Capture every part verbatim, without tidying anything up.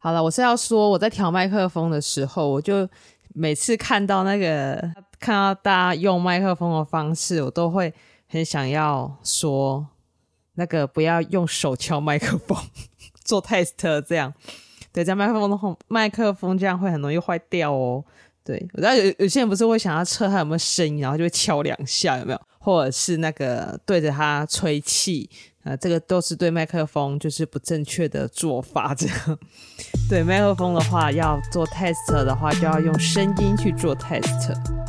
好了，我是要说我在调麦克风的时候，我就每次看到那个看到大家用麦克风的方式，我都会很想要说那个不要用手敲麦克风做 test 这样。对，这样麦克风的麦克风这样会很容易坏掉哦。对，我知道 有, 有些人不是会想要测它有没有声音，然后就会敲两下，有没有？或者是那个对着它吹气，呃，这个都是对麦克风就是不正确的做法。这样，对麦克风的话，要做 test 的话，就要用声音去做 test。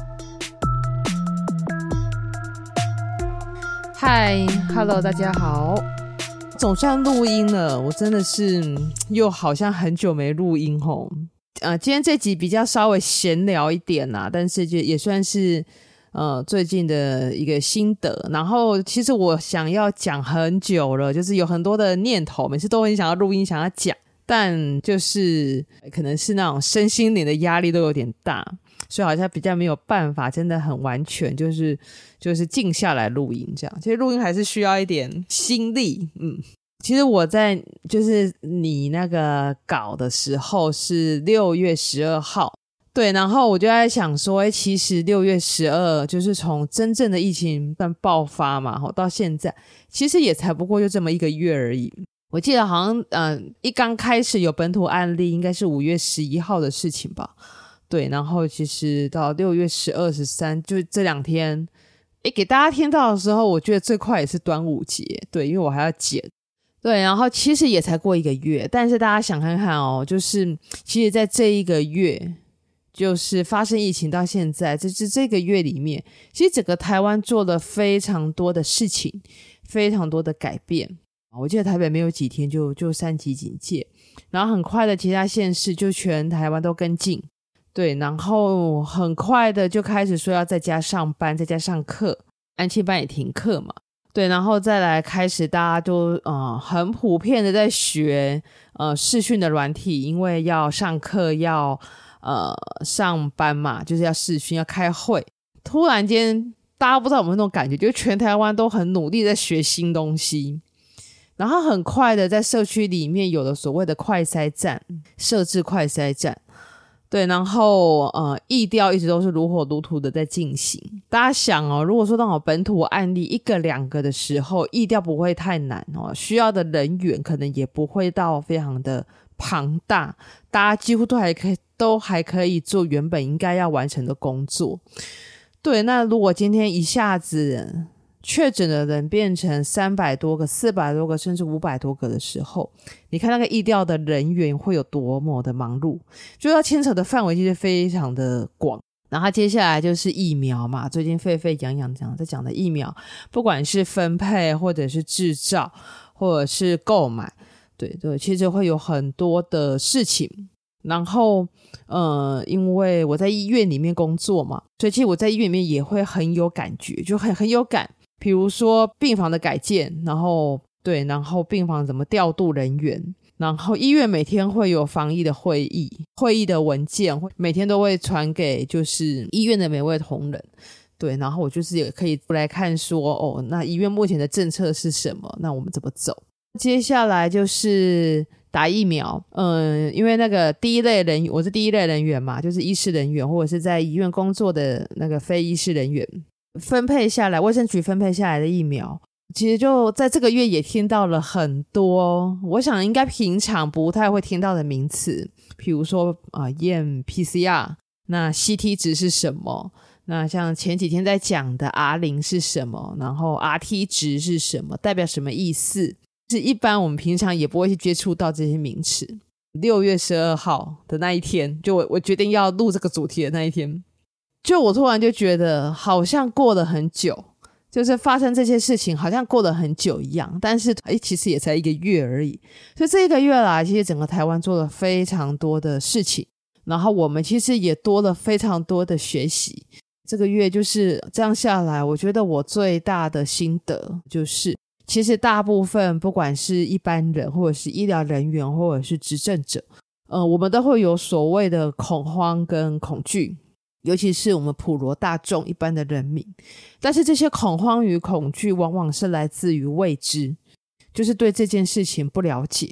嗨 ，Hello， 大家好。总算录音了，我真的是又好像很久没录音吼。呃，今天这集比较稍微闲聊一点啦，但是就也算是呃最近的一个心得。然后其实我想要讲很久了，就是有很多的念头，每次都很想要录音，想要讲，但就是可能是那种身心灵的压力都有点大，所以好像比较没有办法，真的很完全就是就是静下来录音这样。其实录音还是需要一点心力，嗯。其实我在就是你那个稿的时候是六月十二号，对，然后我就在想说，哎，其实六月十二就是从真正的疫情爆发嘛，到现在其实也才不过就这么一个月而已。我记得好像呃一刚开始有本土案例应该是五月十一号的事情吧，对，然后其实到六月十二、十三就这两天，哎，给大家听到的时候，我觉得最快也是端午节，对，因为我还要剪。对，然后其实也才过一个月，但是大家想看看哦，就是其实在这一个月，就是发生疫情到现在，就是这个月里面，其实整个台湾做了非常多的事情，非常多的改变。我记得台北没有几天就就三级警戒，然后很快的其他县市就全台湾都跟进，对，然后很快的就开始说要在家上班，在家上课，安亲班也停课嘛。对，然后再来开始大家都呃很普遍的在学呃视讯的软体，因为要上课要呃上班嘛，就是要视讯要开会。突然间大家不知道有没有那种感觉，就是全台湾都很努力在学新东西，然后很快的在社区里面有了所谓的快筛站，设置快筛站。对，然后呃，疫调一直都是如火如荼的在进行。大家想哦，如果说那种本土案例一个两个的时候，疫调不会太难哦，需要的人员可能也不会到非常的庞大，大家几乎都还可以都还可以做原本应该要完成的工作。对，那如果今天一下子确诊的人变成三百多个、四百多个，甚至五百多个的时候，你看那个疫调的人员会有多么的忙碌，就要牵扯的范围其实非常的广。然后接下来就是疫苗嘛，最近沸沸扬扬讲在讲的疫苗，不管是分配或者是制造或者是购买，对对，其实会有很多的事情。然后呃，因为我在医院里面工作嘛，所以其实我在医院里面也会很有感觉，就很很有感。比如说病房的改建，然后对，然后病房怎么调度人员，然后医院每天会有防疫的会议，会议的文件每天都会传给就是医院的每位同仁，对，然后我就是也可以来看说，哦，那医院目前的政策是什么，那我们怎么走。接下来就是打疫苗，嗯，因为那个第一类人我是第一类人员嘛，就是医师人员或者是在医院工作的那个非医师人员，分配下来，卫生局分配下来的疫苗，其实就在这个月也听到了很多我想应该平常不太会听到的名词，比如说啊验 P C R， 那 C T 值是什么，那像前几天在讲的 R 零 是什么，然后 R T 值是什么，代表什么意思，是一般我们平常也不会去接触到这些名词。六月十二号的那一天，就 我, 我决定要录这个主题的那一天，就我突然就觉得好像过了很久，就是发生这些事情好像过了很久一样，但是诶其实也才一个月而已。所以这一个月来其实整个台湾做了非常多的事情，然后我们其实也多了非常多的学习。这个月就是这样下来，我觉得我最大的心得就是其实大部分不管是一般人或者是医疗人员或者是执政者，呃，我们都会有所谓的恐慌跟恐惧，尤其是我们普罗大众一般的人民。但是这些恐慌与恐惧往往是来自于未知，就是对这件事情不了解。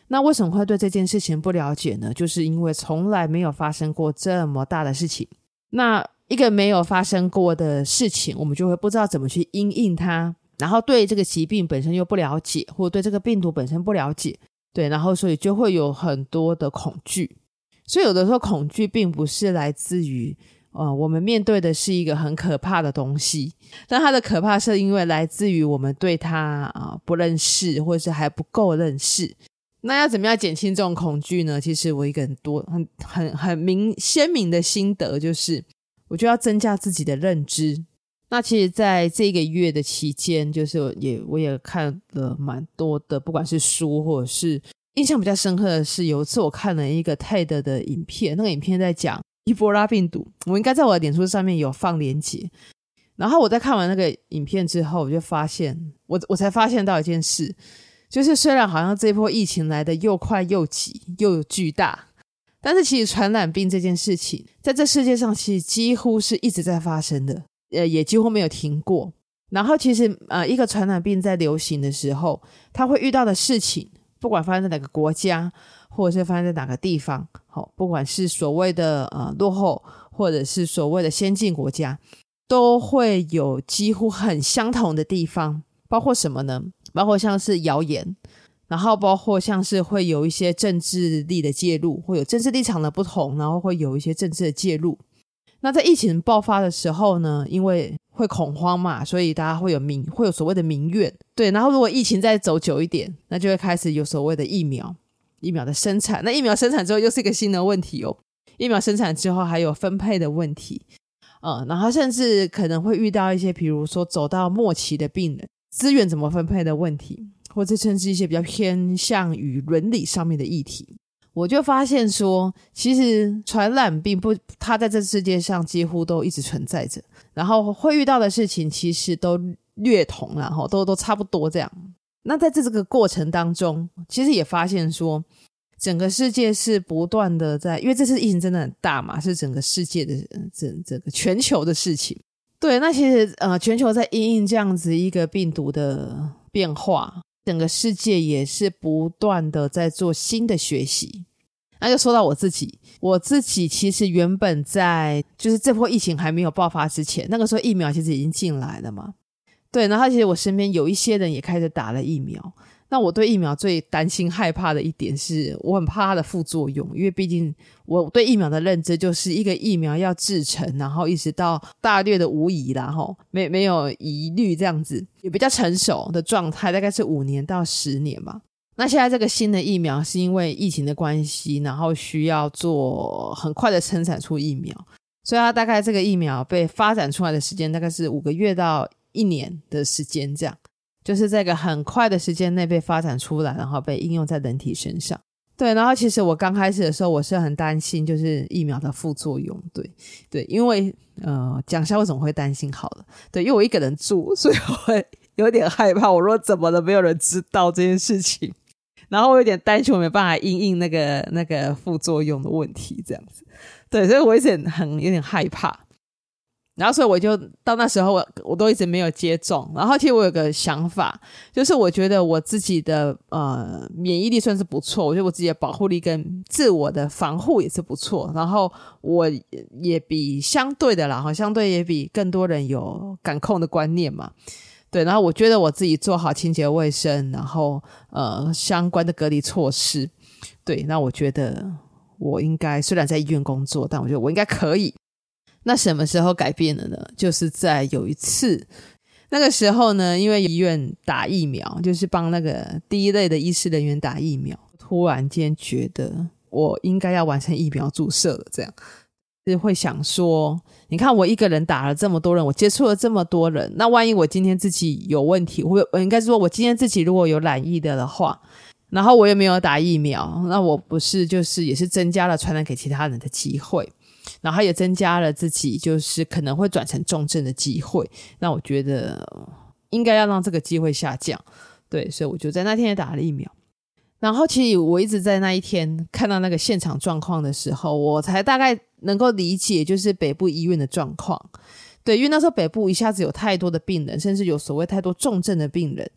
那为什么会对这件事情不了解呢？就是因为从来没有发生过这么大的事情。那一个没有发生过的事情，我们就会不知道怎么去因应它，然后对这个疾病本身又不了解，或者对这个病毒本身不了解，对，然后所以就会有很多的恐惧。所以有的时候恐惧并不是来自于呃，我们面对的是一个很可怕的东西，但它的可怕是因为来自于我们对它、呃、不认识，或者是还不够认识。那要怎么样减轻这种恐惧呢？其实我一个很多很很很明鲜明的心得就是，我就要增加自己的认知。那其实在这个月的期间，就是也我也看了蛮多的，不管是书或者是印象比较深刻的是，有一次我看了一个 T E D 的影片，那个影片在讲伊波拉病毒，我应该在我的脸书上面有放连结。然后我在看完那个影片之后，我就发现我我才发现到一件事，就是虽然好像这波疫情来的又快又急又巨大，但是其实传染病这件事情在这世界上其实几乎是一直在发生的，呃，也几乎没有停过。然后其实呃，一个传染病在流行的时候，它会遇到的事情，不管发生在哪个国家，或者是发生在哪个地方，好，不管是所谓的呃落后，或者是所谓的先进国家，都会有几乎很相同的地方。包括什么呢？包括像是谣言，然后包括像是会有一些政治力的介入，会有政治立场的不同，然后会有一些政治的介入。那在疫情爆发的时候呢，因为会恐慌嘛，所以大家会有民会有所谓的民怨，对。然后如果疫情再走久一点，那就会开始有所谓的疫苗疫苗的生产。那疫苗生产之后又是一个新的问题哦，疫苗生产之后还有分配的问题，呃，然后甚至可能会遇到一些比如说走到末期的病人，资源怎么分配的问题，或者甚至一些比较偏向于伦理上面的议题。我就发现说，其实传染病不，它在这世界上几乎都一直存在着，然后会遇到的事情其实都略同啦，都都差不多这样。那在这个过程当中，其实也发现说，整个世界是不断的在，因为这次疫情真的很大嘛，是整个世界的整整个全球的事情。对，那其实呃，全球在因应这样子一个病毒的变化，整个世界也是不断的在做新的学习。那就说到我自己，我自己其实原本在就是这波疫情还没有爆发之前，那个时候疫苗其实已经进来了嘛，对。然后其实我身边有一些人也开始打了疫苗。那我对疫苗最担心害怕的一点是，我很怕它的副作用，因为毕竟我对疫苗的认知就是一个疫苗要制成，然后一直到大略的无疑啦，没没有疑虑这样子，也比较成熟的状态，大概是五年到十年吧。那现在这个新的疫苗是因为疫情的关系，然后需要做很快的生产出疫苗，所以它大概这个疫苗被发展出来的时间大概是五个月到一年的时间，这样就是在一个很快的时间内被发展出来，然后被应用在人体身上。对，然后其实我刚开始的时候我是很担心就是疫苗的副作用，对对，因为呃讲一下为什么会担心好了。对，因为我一个人住，所以我会有点害怕，我说怎么了没有人知道这件事情，然后我有点担心我没办法因应那个那个副作用的问题这样子。对，所以我一直很有点害怕。然后所以我就到那时候我我都一直没有接种。然后其实我有个想法，就是我觉得我自己的呃免疫力算是不错，我觉得我自己的保护力跟自我的防护也是不错，然后我也比相对的啦，相对也比更多人有感控的观念嘛。对，然后我觉得我自己做好清洁卫生，然后呃相关的隔离措施，对，那我觉得我应该虽然在医院工作，但我觉得我应该可以。那什么时候改变了呢？就是在有一次，那个时候呢，因为医院打疫苗，就是帮那个第一类的医师人员打疫苗，突然间觉得我应该要完成疫苗注射了，这样就是会想说，你看我一个人打了这么多人，我接触了这么多人，那万一我今天自己有问题，我应该说我今天自己如果有染疫的的话，然后我又没有打疫苗，那我不是就是也是增加了传染给其他人的机会，然后也增加了自己就是可能会转成重症的机会，那我觉得应该要让这个机会下降。对，所以我就在那天也打了疫苗。然后其实我一直在那一天看到那个现场状况的时候，我才大概能够理解就是北部医院的状况。对，因为那时候北部一下子有太多的病人，甚至有所谓太多重症的病人。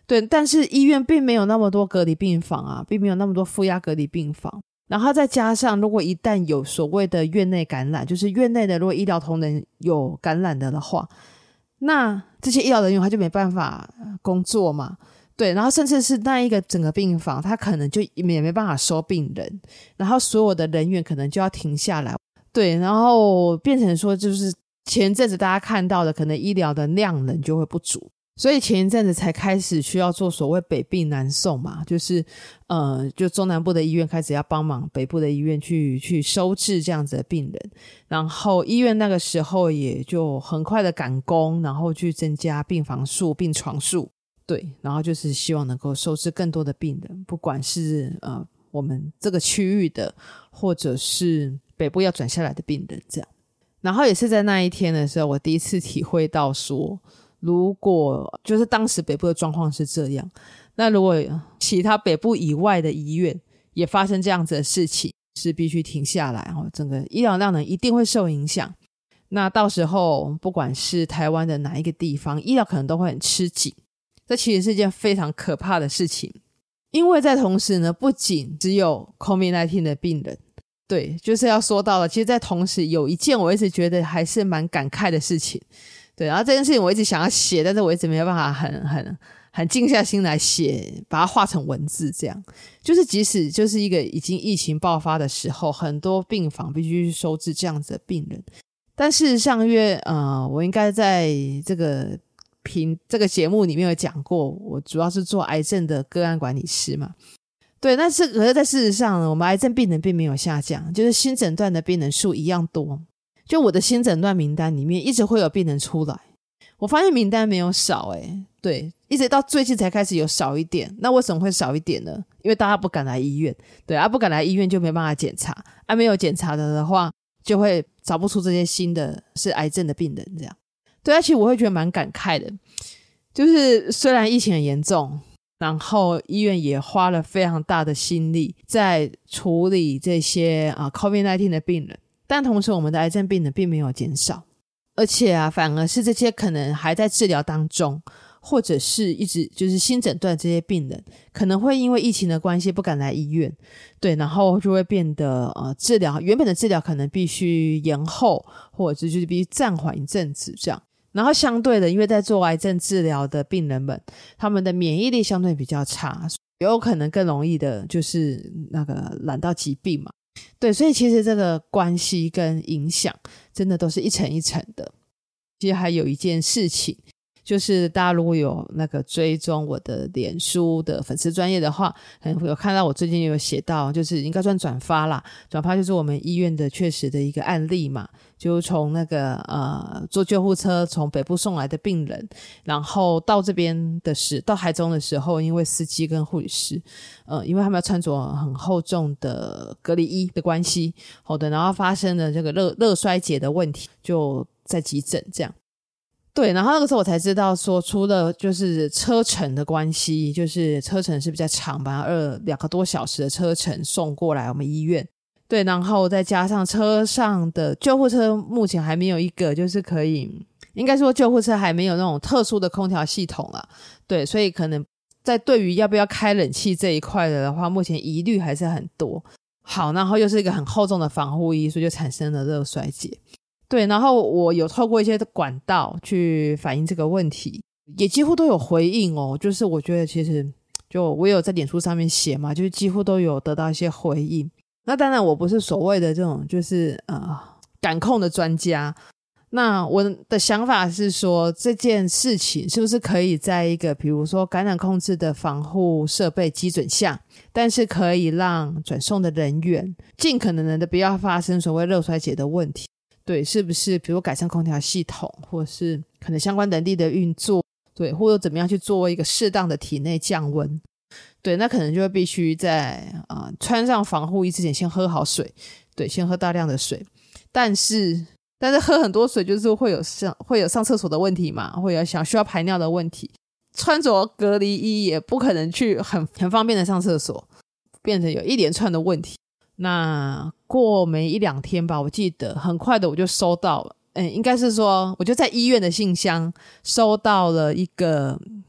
对，但是医院并没有那么多隔离病房啊，并没有那么多负压隔离病房，然后再加上如果一旦有所谓的院内感染，就是院内的如果医疗同仁有感染的的话，那这些医疗人员他就没办法工作嘛，对，然后甚至是那一个整个病房他可能就也没办法收病人，然后所有的人员可能就要停下来，对，然后变成说就是前阵子大家看到的可能医疗的量能就会不足，所以前一阵子才开始需要做所谓北病南送嘛，就是呃，就中南部的医院开始要帮忙北部的医院去去收治这样子的病人，然后医院那个时候也就很快的赶工，然后去增加病房数病床数，对，然后就是希望能够收治更多的病人，不管是呃我们这个区域的或者是北部要转下来的病人这样。然后也是在那一天的时候我第一次体会到说，如果就是当时北部的状况是这样，那如果其他北部以外的医院也发生这样子的事情，是必须停下来，整个医疗量能一定会受影响，那到时候不管是台湾的哪一个地方，医疗可能都会很吃紧，这其实是一件非常可怕的事情。因为在同时呢，不仅只有 COVID 十九 的病人，对，就是要说到了，其实在同时有一件我一直觉得还是蛮感慨的事情，对，然后这件事情我一直想要写，但是我一直没有办法很很很静下心来写，把它画成文字这样。就是即使就是一个已经疫情爆发的时候，很多病房必须去收治这样子的病人，但事实上因为呃，我应该在这个评这个节目里面有讲过，我主要是做癌症的个案管理师嘛，对，但是可是在事实上呢，我们癌症病人并没有下降，就是新诊断的病人数一样多，就我的新诊断名单里面一直会有病人出来，我发现名单没有少欸，对，一直到最近才开始有少一点。那为什么会少一点呢？因为大家不敢来医院，对啊，不敢来医院就没办法检查啊，没有检查的的话就会找不出这些新的是癌症的病人这样。对啊，其实我会觉得蛮感慨的，就是虽然疫情很严重，然后医院也花了非常大的心力在处理这些啊 COVID 十九 的病人，但同时我们的癌症病人并没有减少，而且啊，反而是这些可能还在治疗当中，或者是一直就是新诊断这些病人，可能会因为疫情的关系不敢来医院，对，然后就会变得呃治疗原本的治疗可能必须延后，或者是就是必须暂缓一阵子这样。然后相对的，因为在做癌症治疗的病人们，他们的免疫力相对比较差，有可能更容易的就是那个染到疾病嘛。对，所以其实这个关系跟影响真的都是一层一层的。其实还有一件事情，就是大家如果有那个追踪我的脸书的粉丝专页的话，有看到我最近有写到，就是应该算转发啦，转发就是我们医院的确实的一个案例嘛，就从那个呃坐救护车从北部送来的病人，然后到这边的时到台中的时候，因为司机跟护理师呃因为他们要穿着很厚重的隔离衣的关系，好的，然后发生了这个热热衰竭的问题，就在急诊这样。对，然后那个时候我才知道说，除了就是车程的关系，就是车程是比较长吧，二两个多小时的车程送过来我们医院，对，然后再加上车上的救护车目前还没有一个就是可以，应该说救护车还没有那种特殊的空调系统啦，对，所以可能在对于要不要开冷气这一块的话，目前疑虑还是很多。好，然后又是一个很厚重的防护衣，所以就产生了热衰竭。对，然后我有透过一些管道去反映这个问题，也几乎都有回应哦，就是我觉得其实就我有在脸书上面写嘛，就是几乎都有得到一些回应。那当然我不是所谓的这种就是呃感控的专家，那我的想法是说这件事情是不是可以在一个比如说感染控制的防护设备基准下，但是可以让转送的人员尽可能的不要发生所谓热衰竭的问题。对，是不是比如改善空调系统，或是可能相关能力的运作，对，或者怎么样去做一个适当的体内降温。对，那可能就会必须在呃穿上防护衣之前先喝好水，对，先喝大量的水。但是但是喝很多水就是会有上会有上厕所的问题嘛，会有想需要排尿的问题。穿着隔离衣也不可能去很很方便的上厕所，变成有一连串的问题。那过没一两天吧，我记得很快的我就收到了，嗯，应该是说我就在医院的信箱收到了一个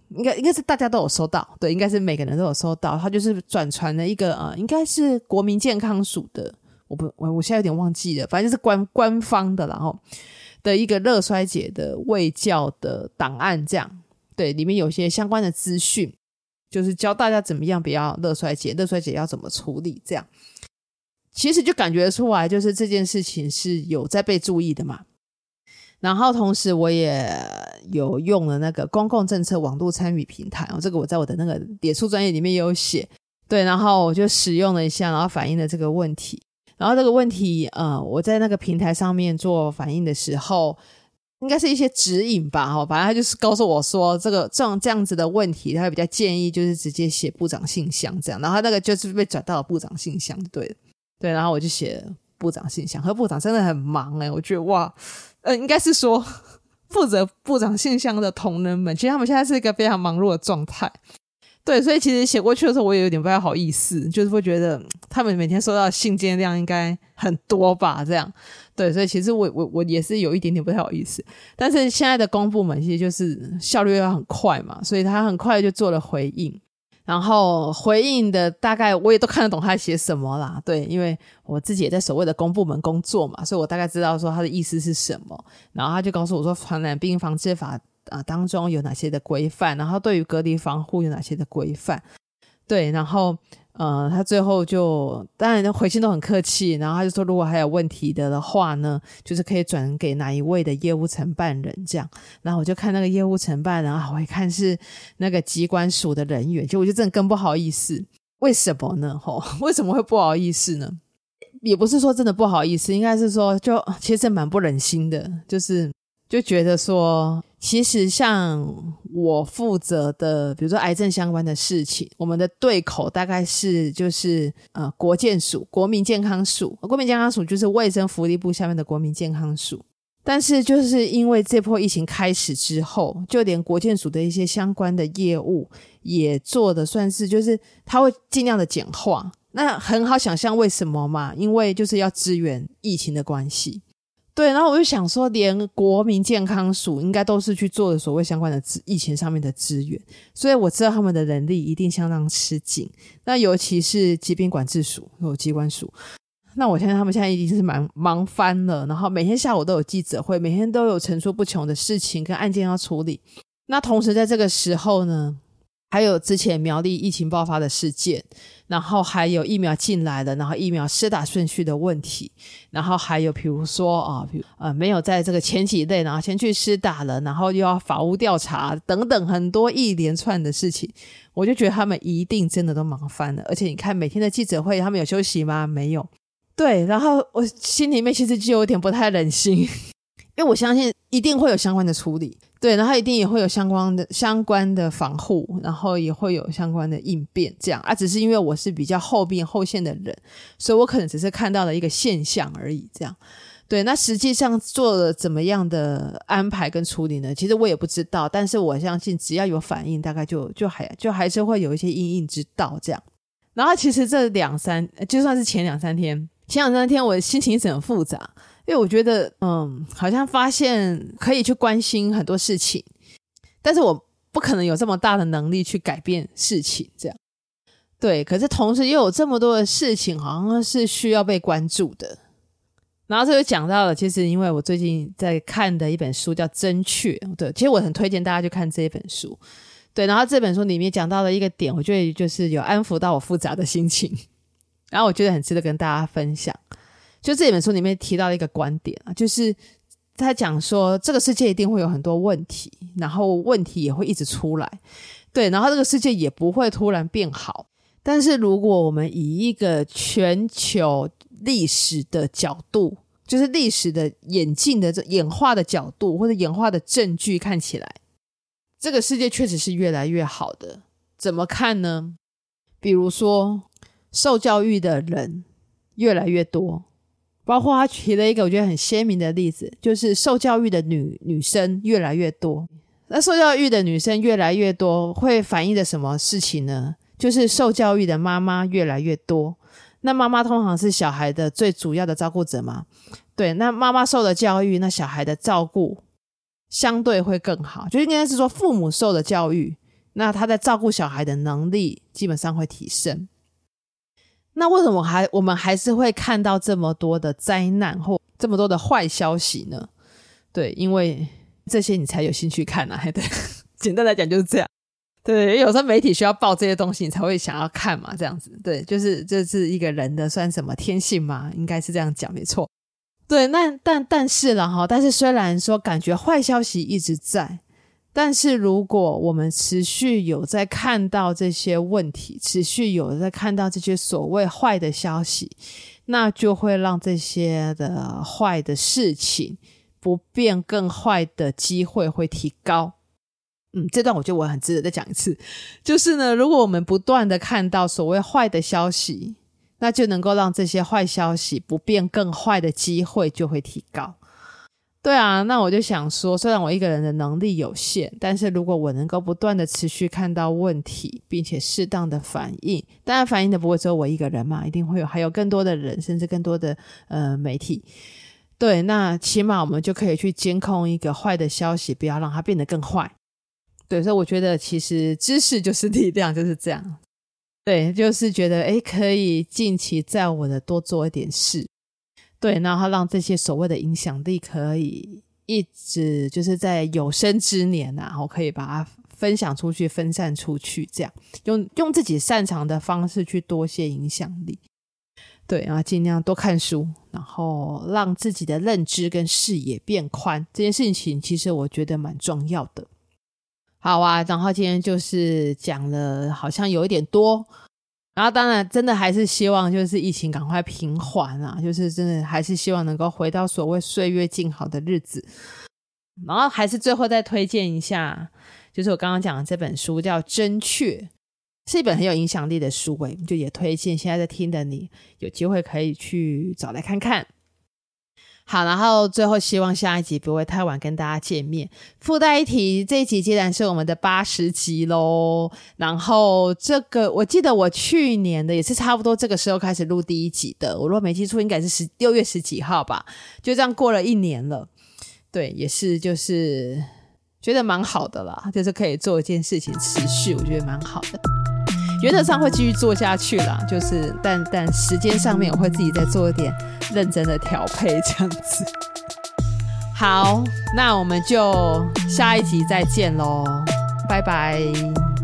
应该应该是大家都有收到，对，应该是每个人都有收到。他就是转传了一个呃，应该是国民健康署的，我不我我现在有点忘记了，反正就是官官方的，然后的一个热衰竭的卫教的档案，这样，对，里面有些相关的资讯，就是教大家怎么样不要热衰竭，热衰竭要怎么处理，这样。其实就感觉出来，就是这件事情是有在被注意的嘛。然后同时我也有用了那个公共政策网络参与平台，这个我在我的那个脸书专页里面也有写，对，然后我就使用了一下，然后反映了这个问题。然后这个问题呃，我在那个平台上面做反映的时候，应该是一些指引吧，反正他就是告诉我说这个这种这样子的问题，他会比较建议就是直接写部长信箱这样，然后那个就是被转到了部长信箱，对了对，然后我就写了部长信箱，和部长真的很忙欸，我觉得哇，呃，应该是说负责部长信箱的同仁们，其实他们现在是一个非常忙碌的状态，对，所以其实写过去的时候我也有点不太好意思，就是会觉得他们每天收到的信件量应该很多吧，这样，对，所以其实我我我也是有一点点不太好意思，但是现在的公部门其实就是效率要很快嘛，所以他很快就做了回应。然后回应的大概我也都看得懂他写什么啦，对，因为我自己也在所谓的公部门工作嘛，所以我大概知道说他的意思是什么。然后他就告诉我说传染病防治法、呃、当中有哪些的规范，然后对于隔离防护有哪些的规范，对，然后呃，他最后就当然回信都很客气，然后他就说如果还有问题的的话呢，就是可以转给哪一位的业务承办人这样。然后我就看那个业务承办人啊，我一看是那个疾管署的人员，就我就真的更不好意思。为什么呢？吼，为什么会不好意思呢？也不是说真的不好意思，应该是说就其实蛮不忍心的，就是就觉得说其实像我负责的比如说癌症相关的事情，我们的对口大概是就是呃国健署国民健康署，国民健康署就是卫生福利部下面的国民健康署，但是就是因为这波疫情开始之后，就连国健署的一些相关的业务也做的算是就是他会尽量的简化，那很好想象为什么嘛，因为就是要支援疫情的关系，对，然后我就想说连国民健康署应该都是去做的所谓相关的疫情上面的资源，所以我知道他们的人力一定相当吃紧，那尤其是疾病管制署有疾管署，那我相信他们现在一定是忙忙翻了，然后每天下午都有记者会，每天都有层出不穷的事情跟案件要处理，那同时在这个时候呢还有之前苗栗疫情爆发的事件，然后还有疫苗进来了，然后疫苗施打顺序的问题，然后还有比如说啊，比如呃没有在这个前几类然后先去施打了，然后又要法务调查等等很多一连串的事情，我就觉得他们一定真的都忙翻了，而且你看每天的记者会他们有休息吗？没有，对，然后我心里面其实就有点不太忍心，因为我相信一定会有相关的处理，对，然后一定也会有相关的相关的防护，然后也会有相关的应变这样啊，只是因为我是比较后面后线的人，所以我可能只是看到了一个现象而已这样，对，那实际上做了怎么样的安排跟处理呢？其实我也不知道，但是我相信只要有反应大概就就还就还是会有一些因应之道这样。然后其实这两三就算是前两三天前两三天我的心情是很复杂，因为我觉得嗯，好像发现可以去关心很多事情，但是我不可能有这么大的能力去改变事情这样，对，可是同时又有这么多的事情好像是需要被关注的。然后这就讲到了其实因为我最近在看的一本书叫《真确》，对，其实我很推荐大家去看这一本书，对，然后这本书里面讲到了一个点，我觉得就是有安抚到我复杂的心情，然后我觉得很值得跟大家分享。就这本书里面提到的一个观点啊，就是他讲说这个世界一定会有很多问题，然后问题也会一直出来，对，然后这个世界也不会突然变好，但是如果我们以一个全球历史的角度，就是历史的演进的演化的角度或者演化的证据看起来，这个世界确实是越来越好的。怎么看呢？比如说受教育的人越来越多，包括他提了一个我觉得很鲜明的例子，就是受教育的女女生越来越多。那受教育的女生越来越多会反映的什么事情呢？就是受教育的妈妈越来越多。那妈妈通常是小孩的最主要的照顾者嘛，对，那妈妈受的教育，那小孩的照顾相对会更好，就应该是说父母受的教育那他在照顾小孩的能力基本上会提升。那为什么还我们还是会看到这么多的灾难或这么多的坏消息呢？对，因为这些你才有兴趣看啊。对，简单来讲就是这样。对，有时候媒体需要报这些东西你才会想要看嘛，这样子。对，就是这是一个人的算什么天性嘛，应该是这样讲没错。对，那但但是啦齁，但是虽然说感觉坏消息一直在，但是如果我们持续有在看到这些问题，持续有在看到这些所谓坏的消息，那就会让这些的坏的事情不变更坏的机会会提高。嗯，这段我觉得我很值得再讲一次，就是呢，如果我们不断的看到所谓坏的消息，那就能够让这些坏消息不变更坏的机会就会提高。对啊，那我就想说，虽然我一个人的能力有限，但是如果我能够不断的持续看到问题，并且适当的反应，当然反应的不会只有我一个人嘛，一定会有还有更多的人，甚至更多的呃媒体。对，那起码我们就可以去监控一个坏的消息，不要让它变得更坏。对，所以我觉得其实知识就是力量，就是这样。对，就是觉得诶可以近期在我的多做一点事。对，然后让这些所谓的影响力可以一直就是在有生之年啊，然后可以把它分享出去，分散出去，这样用用自己擅长的方式去多些影响力。对，然后尽量多看书，然后让自己的认知跟视野变宽，这件事情其实我觉得蛮重要的。好啊，然后今天就是讲了好像有一点多，然后当然真的还是希望就是疫情赶快平缓啊，就是真的还是希望能够回到所谓岁月静好的日子。然后还是最后再推荐一下，就是我刚刚讲的这本书叫《真确》，是一本很有影响力的书诶，就也推荐现在在听的你有机会可以去找来看看。好，然后最后希望下一集不会太晚跟大家见面。附带一提，这一集既然是我们的八十集咯，然后这个我记得我去年的也是差不多这个时候开始录第一集的，我如果没记错应该是六月十几号吧，就这样过了一年了。对，也是就是觉得蛮好的啦，就是可以做一件事情持续，我觉得蛮好的。原则上会继续做下去啦，就是但但时间上面我会自己再做一点认真的调配这样子。好，那我们就下一集再见咯，拜拜。